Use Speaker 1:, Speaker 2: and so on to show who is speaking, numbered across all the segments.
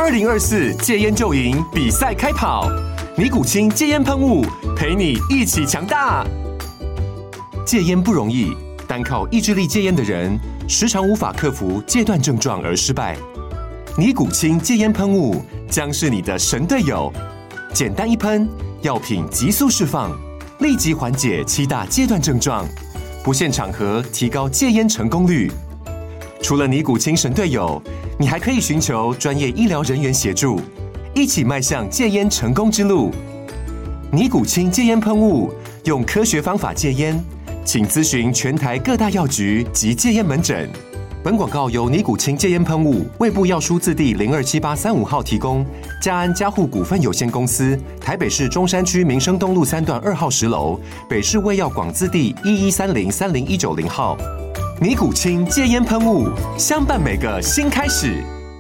Speaker 1: 2024戒烟就赢比赛开跑，尼古清戒烟喷雾陪你一起强大。戒烟不容易，单靠意志力戒烟的人，时常无法克服戒断症状而失败。尼古清戒烟喷雾将是你的神队友，简单一喷，药品急速释放，立即缓解7大戒断症状，不限场合提高戒烟成功率。除了尼古清神队友，你还可以寻求专业医疗人员协助，一起迈向戒烟成功之路。尼古清戒烟喷雾，用科学方法戒烟，请咨询全台各大药局及戒烟门诊。本广告由尼古清戒烟喷雾、卫部药书字第027835号提供，嘉安嘉护股份有限公司，台北市中山区民生东路3段2号10楼，北市卫药广字第1130-30190号。尼古清戒烟喷雾，相伴每个新开始。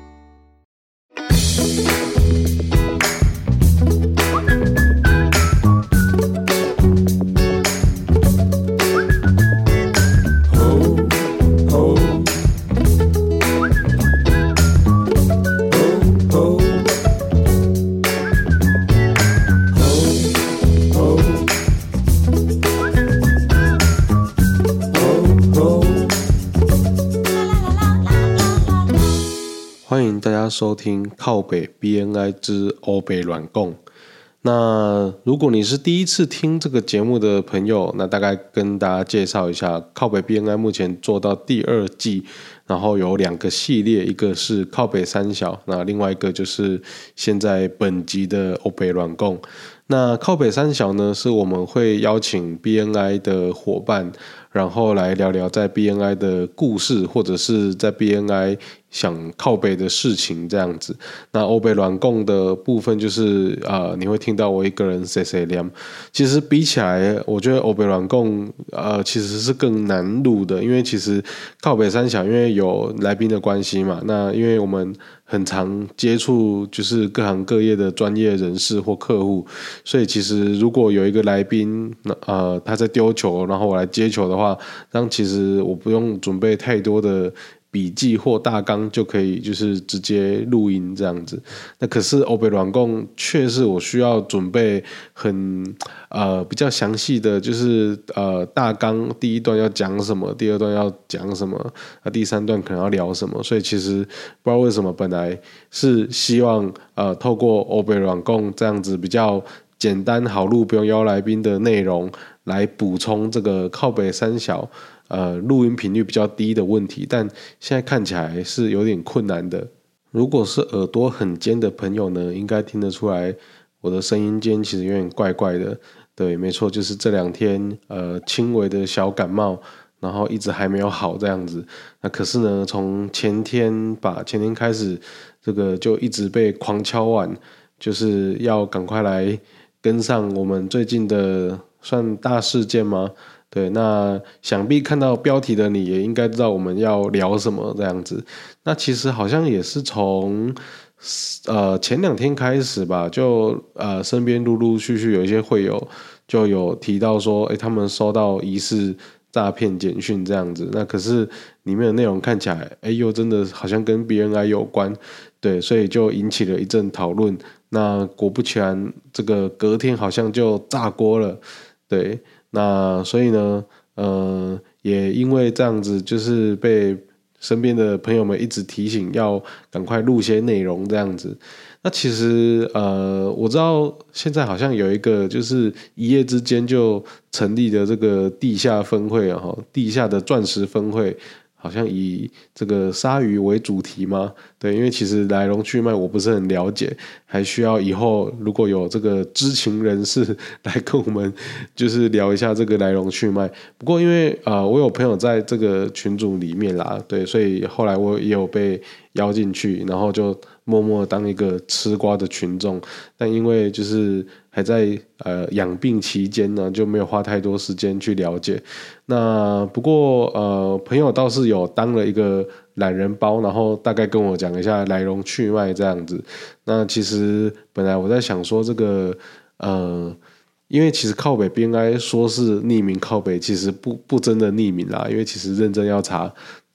Speaker 2: 欢迎大家收听靠北 BNI 之欧北软共。那如果你是第一次听这个节目的朋友，那大概跟大家介绍一下，靠北 BNI 目前做到第2季，然后有2个系列，一个是靠北三小，那另外一个就是现在本集的欧北软共。那靠北三小呢，是我们会邀请 BNI 的伙伴，然后来聊聊在 BNI 的故事，或者是在 BNI 想靠北的事情这样子。那欧北软共的部分就是你会听到我一个人碎碎念。其实比起来，我觉得欧北软共其实是更难录的，因为其实靠北三小因为有来宾的关系嘛，那因为我们很常接触就是各行各业的专业人士或客户，所以其实如果有一个来宾他在丢球，然后我来接球的话，让其实我不用准备太多的笔记或大纲就可以就是直接录音这样子。那可是欧北软共却是我需要准备很比较详细的就是大纲，第一段要讲什么，第2段要讲什么，第3段可能要聊什么。所以其实不知道为什么本来是希望透过欧北软共这样子比较简单好录不用邀来宾的内容来补充这个靠北三小录音频率比较低的问题，但现在看起来是有点困难的。如果是耳朵很尖的朋友呢，应该听得出来我的声音间其实有点怪怪的。对，没错，就是这2天轻微的小感冒，然后一直还没有好这样子。那可是呢，从前天开始，这个就一直被狂敲碗，就是要赶快来跟上我们最近的算大事件吗？对，那想必看到标题的你也应该知道我们要聊什么这样子。那其实好像也是从前2天开始吧，就身边陆陆续续有一些会友就有提到说，他们收到疑似诈骗简讯这样子。那可是里面的内容看起来，又真的好像跟 BNI 有关，对，所以就引起了一阵讨论。那果不其然，这个隔天好像就炸锅了，对。那所以呢，也因为这样子，就是被身边的朋友们一直提醒要赶快录些内容这样子。那其实我知道现在好像有一个就是一夜之间就成立的这个地下分会地下的钻石分会，好像以这个鲨鱼为主题吗？对，因为其实来龙去脉我不是很了解，还需要以后如果有这个知情人士来跟我们就是聊一下这个来龙去脉。不过因为我有朋友在这个群组里面啦，对，所以后来我也有被邀进去，然后就默默当一个吃瓜的群众。但因为就是还在养病期间呢，就没有花太多时间去了解。那不过朋友倒是有当了一个懒人包，然后大概跟我讲一下来龙去脉这样子。那其实本来我在想说这个因为其实靠北 BNI 说是匿名靠北，其实不真的匿名啦，因为其实认真要查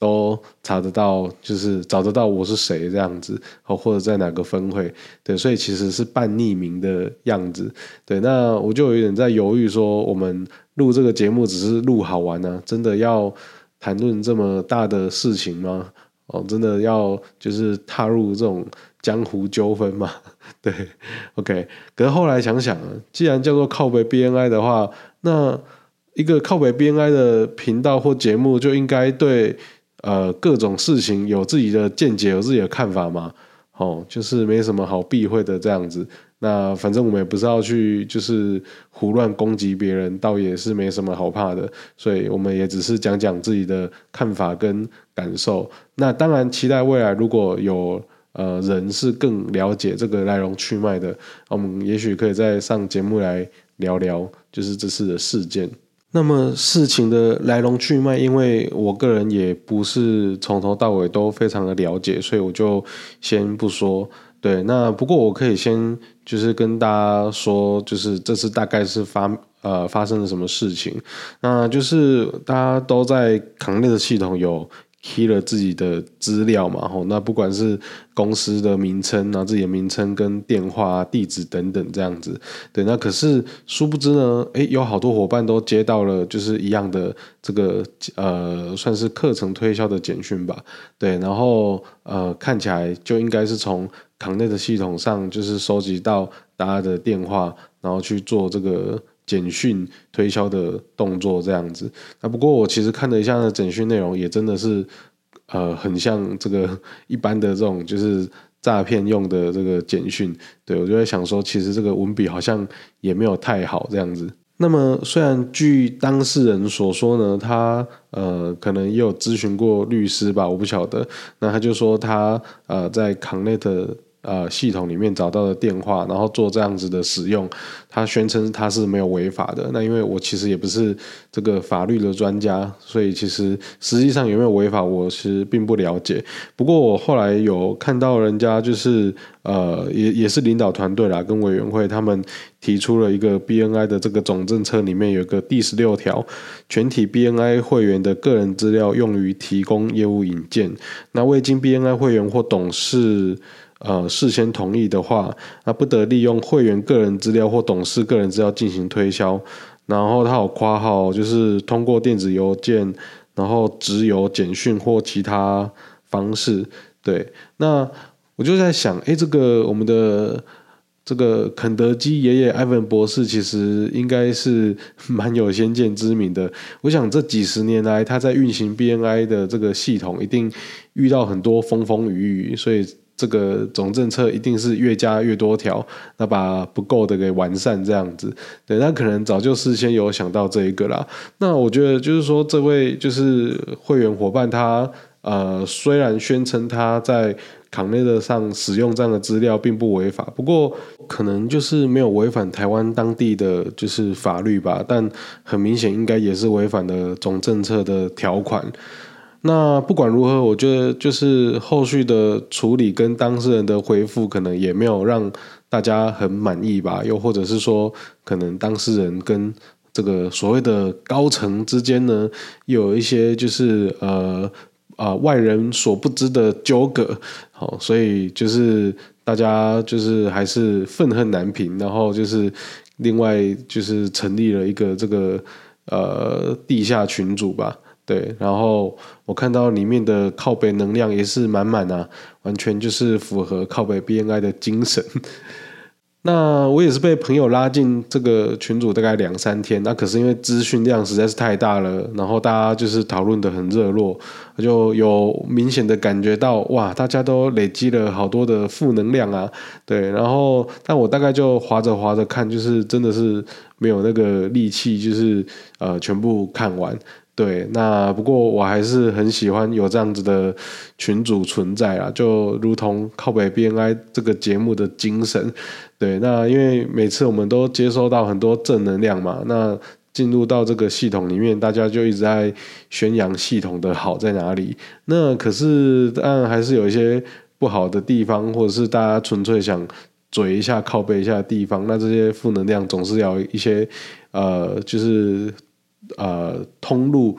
Speaker 2: 都查得到，就是找得到我是谁这样子，或者在哪个分会，对，所以其实是半匿名的样子，对，那我就有点在犹豫说，我们录这个节目只是录好玩啊，真的要谈论这么大的事情吗？真的要就是踏入这种江湖纠纷嘛？对 ，OK。可是后来想想，既然叫做靠北 BNI 的话，那一个靠北 BNI 的频道或节目就应该对各种事情有自己的见解，有自己的看法嘛？就是没什么好避讳的这样子。那反正我们也不是要去就是胡乱攻击别人，倒也是没什么好怕的，所以我们也只是讲讲自己的看法跟感受。那当然期待未来如果有人是更了解这个来龙去脉的，我们也许可以再上节目来聊聊就是这次的事件。那么事情的来龙去脉，因为我个人也不是从头到尾都非常的了解，所以我就先不说。对，那不过我可以先就是跟大家说，就是这次大概是发生了什么事情。那就是大家都在Connect系统有key 了自己的资料嘛，那不管是公司的名称，然后自己的名称跟电话、地址等等这样子，对，那可是殊不知呢，有好多伙伴都接到了就是一样的这个算是课程推销的简讯吧，对，然后看起来就应该是从 Connect 系统上就是收集到大家的电话，然后去做这个简讯推销的动作这样子。那不过我其实看了一下那简讯内容，也真的是很像这个一般的这种就是诈骗用的这个简讯。对，我就在想说，其实这个文笔好像也没有太好这样子。那么虽然据当事人所说呢，他可能也有咨询过律师吧，我不晓得。那他就说他在 Connect系统里面找到的电话，然后做这样子的使用，他宣称他是没有违法的。那因为我其实也不是这个法律的专家，所以其实实际上有没有违法，我其实并不了解。不过我后来有看到人家就是也是领导团队啦，跟委员会他们提出了一个 BNI 的这个总政策里面有一个第16条，全体 BNI 会员的个人资料用于提供业务引荐。那未经 BNI 会员或董事事先同意的话，那不得利用会员个人资料或董事个人资料进行推销。然后他有括号，就是通过电子邮件，然后直邮、简讯或其他方式。对，那我就在想，这个我们的这个肯德基爷爷艾文博士其实应该是蛮有先见之明的。我想这几十年来他在运行 BNI 的这个系统一定遇到很多风风雨雨，所以这个总政策一定是越加越多条，那把不够的给完善这样子。对，那可能早就事先有想到这一个啦。那我觉得就是说，这位就是会员伙伴他虽然宣称他在 Connect 上使用这样的资料并不违法，不过可能就是没有违反台湾当地的就是法律吧，但很明显应该也是违反了总政策的条款。那不管如何，我觉得就是后续的处理跟当事人的回复可能也没有让大家很满意吧，又或者是说可能当事人跟这个所谓的高层之间呢有一些就是外人所不知的纠葛，好，所以就是大家就是还是愤恨难平，然后就是另外就是成立了一个这个地下群组吧。对，然后我看到里面的靠北能量也是满满啊，完全就是符合靠北 BNI 的精神。那我也是被朋友拉进这个群组大概2-3天，那可是因为资讯量实在是太大了，然后大家就是讨论得很热络，就有明显的感觉到哇，大家都累积了好多的负能量啊，对，然后但我大概就滑着看，就是真的是没有那个力气，就是全部看完。对，那不过我还是很喜欢有这样子的群组存在啦，就如同靠北 BNI 这个节目的精神。对，那因为每次我们都接收到很多正能量嘛，那进入到这个系统里面，大家就一直在宣扬系统的好在哪里。那可是当然还是有一些不好的地方，或者是大家纯粹想嘴一下、靠北一下的地方。那这些负能量总是要一些就是通路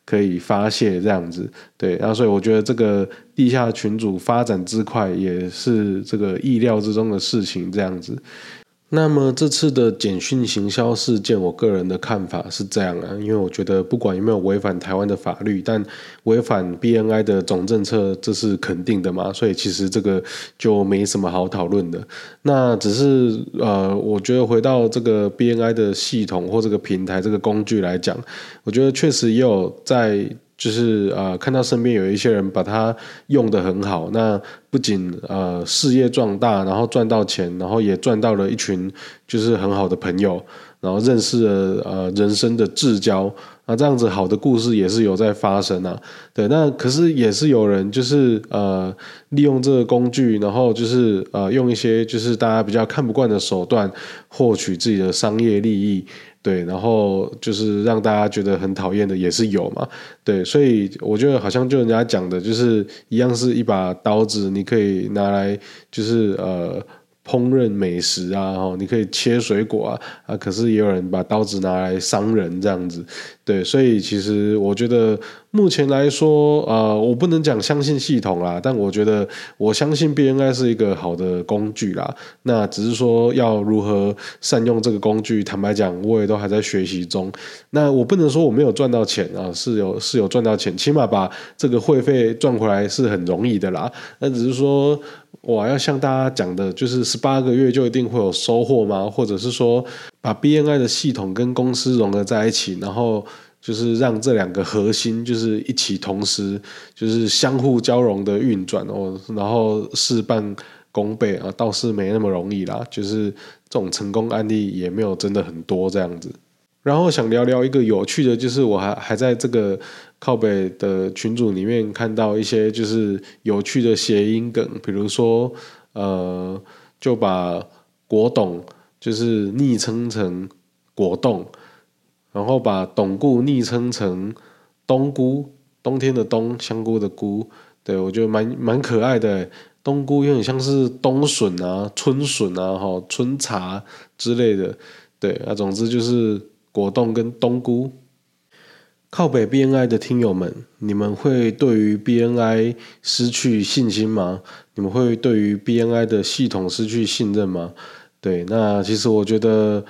Speaker 2: 可以发泄这样子。对，然后所以我觉得这个地下群组发展之快也是这个意料之中的事情这样子。那么这次的简讯行销事件，我个人的看法是这样啊，因为我觉得不管有没有违反台湾的法律，但违反 BNI 的总政策，这是肯定的嘛，所以其实这个就没什么好讨论的。那只是我觉得回到这个 BNI 的系统或这个平台这个工具来讲，我觉得确实也有在就是看到身边有一些人把它用得很好，那不仅事业壮大，然后赚到钱，然后也赚到了一群就是很好的朋友，然后认识了人生的至交，那这样子好的故事也是有在发生啊。对，那可是也是有人就是利用这个工具，然后就是用一些就是大家比较看不惯的手段获取自己的商业利益。对，然后就是让大家觉得很讨厌的也是有嘛，对，所以我觉得好像就人家讲的，就是一样是一把刀子，你可以拿来就是烹饪美食啊，你可以切水果啊，可是也有人把刀子拿来伤人这样子，对，所以其实我觉得目前来说，我不能讲相信系统啦，但我觉得我相信 BNI 是一个好的工具啦。那只是说要如何善用这个工具，坦白讲，我也都还在学习中。那我不能说我没有赚到钱啊，是有赚到钱，起码把这个会费赚回来是很容易的啦。那只是说，我要向大家讲的，就是18个月就一定会有收获吗？或者是说，把 BNI 的系统跟公司融合在一起，然后就是让这两个核心就是一起同时就是相互交融的运转然后事半功倍啊，倒是没那么容易啦。就是这种成功案例也没有真的很多这样子。然后想聊聊一个有趣的，就是我还在这个靠北的群组里面看到一些就是有趣的谐音梗，比如说就把果董就是昵称成果冻，然后把董固昵称成冬菇，冬天的冬，香菇的菇，对，我觉得蛮可爱的。冬菇有点像是冬笋啊、春笋啊、春茶之类的，对，总之就是果冻跟冬菇。靠北 BNI 的听友们，你们会对于 BNI 失去信心吗？你们会对于 BNI 的系统失去信任吗？对，那其实我觉得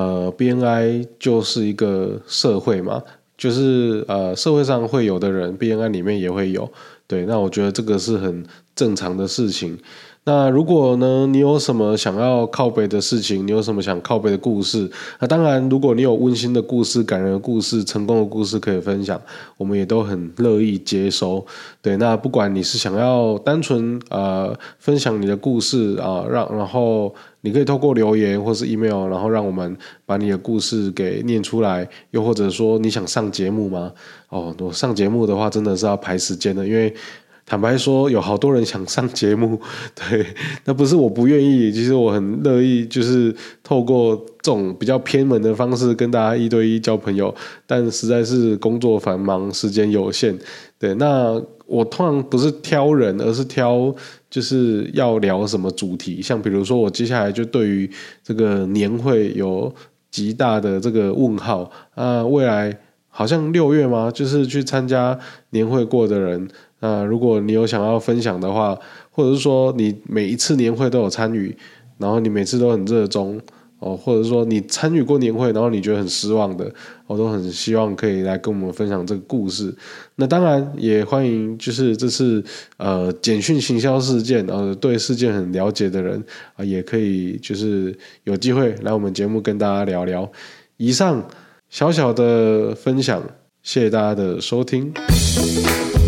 Speaker 2: BNI 就是一个社会嘛，就是社会上会有的人 BNI 里面也会有，对，那我觉得这个是很正常的事情。那如果呢，你有什么想要靠北的事情，你有什么想靠北的故事，那当然如果你有温馨的故事、感人的故事、成功的故事可以分享，我们也都很乐意接收。对，那不管你是想要单纯分享你的故事啊，然后你可以透过留言或是 email， 然后让我们把你的故事给念出来，又或者说你想上节目吗？我上节目的话真的是要排时间的，因为坦白说，有好多人想上节目，对，那不是我不愿意，其实我很乐意，就是透过这种比较偏门的方式跟大家1对1交朋友，但实在是工作繁忙，时间有限，对，那我通常不是挑人，而是挑就是要聊什么主题，像比如说我接下来就对于这个年会有极大的这个问号啊，未来好像6月吗？就是去参加年会过的人。如果你有想要分享的话，或者是说你每一次年会都有参与，然后你每次都很热衷或者说你参与过年会，然后你觉得很失望的，我都很希望可以来跟我们分享这个故事。那当然也欢迎，就是这次简讯行销事件，对事件很了解的人也可以就是有机会来我们节目跟大家聊聊。以上小小的分享，谢谢大家的收听。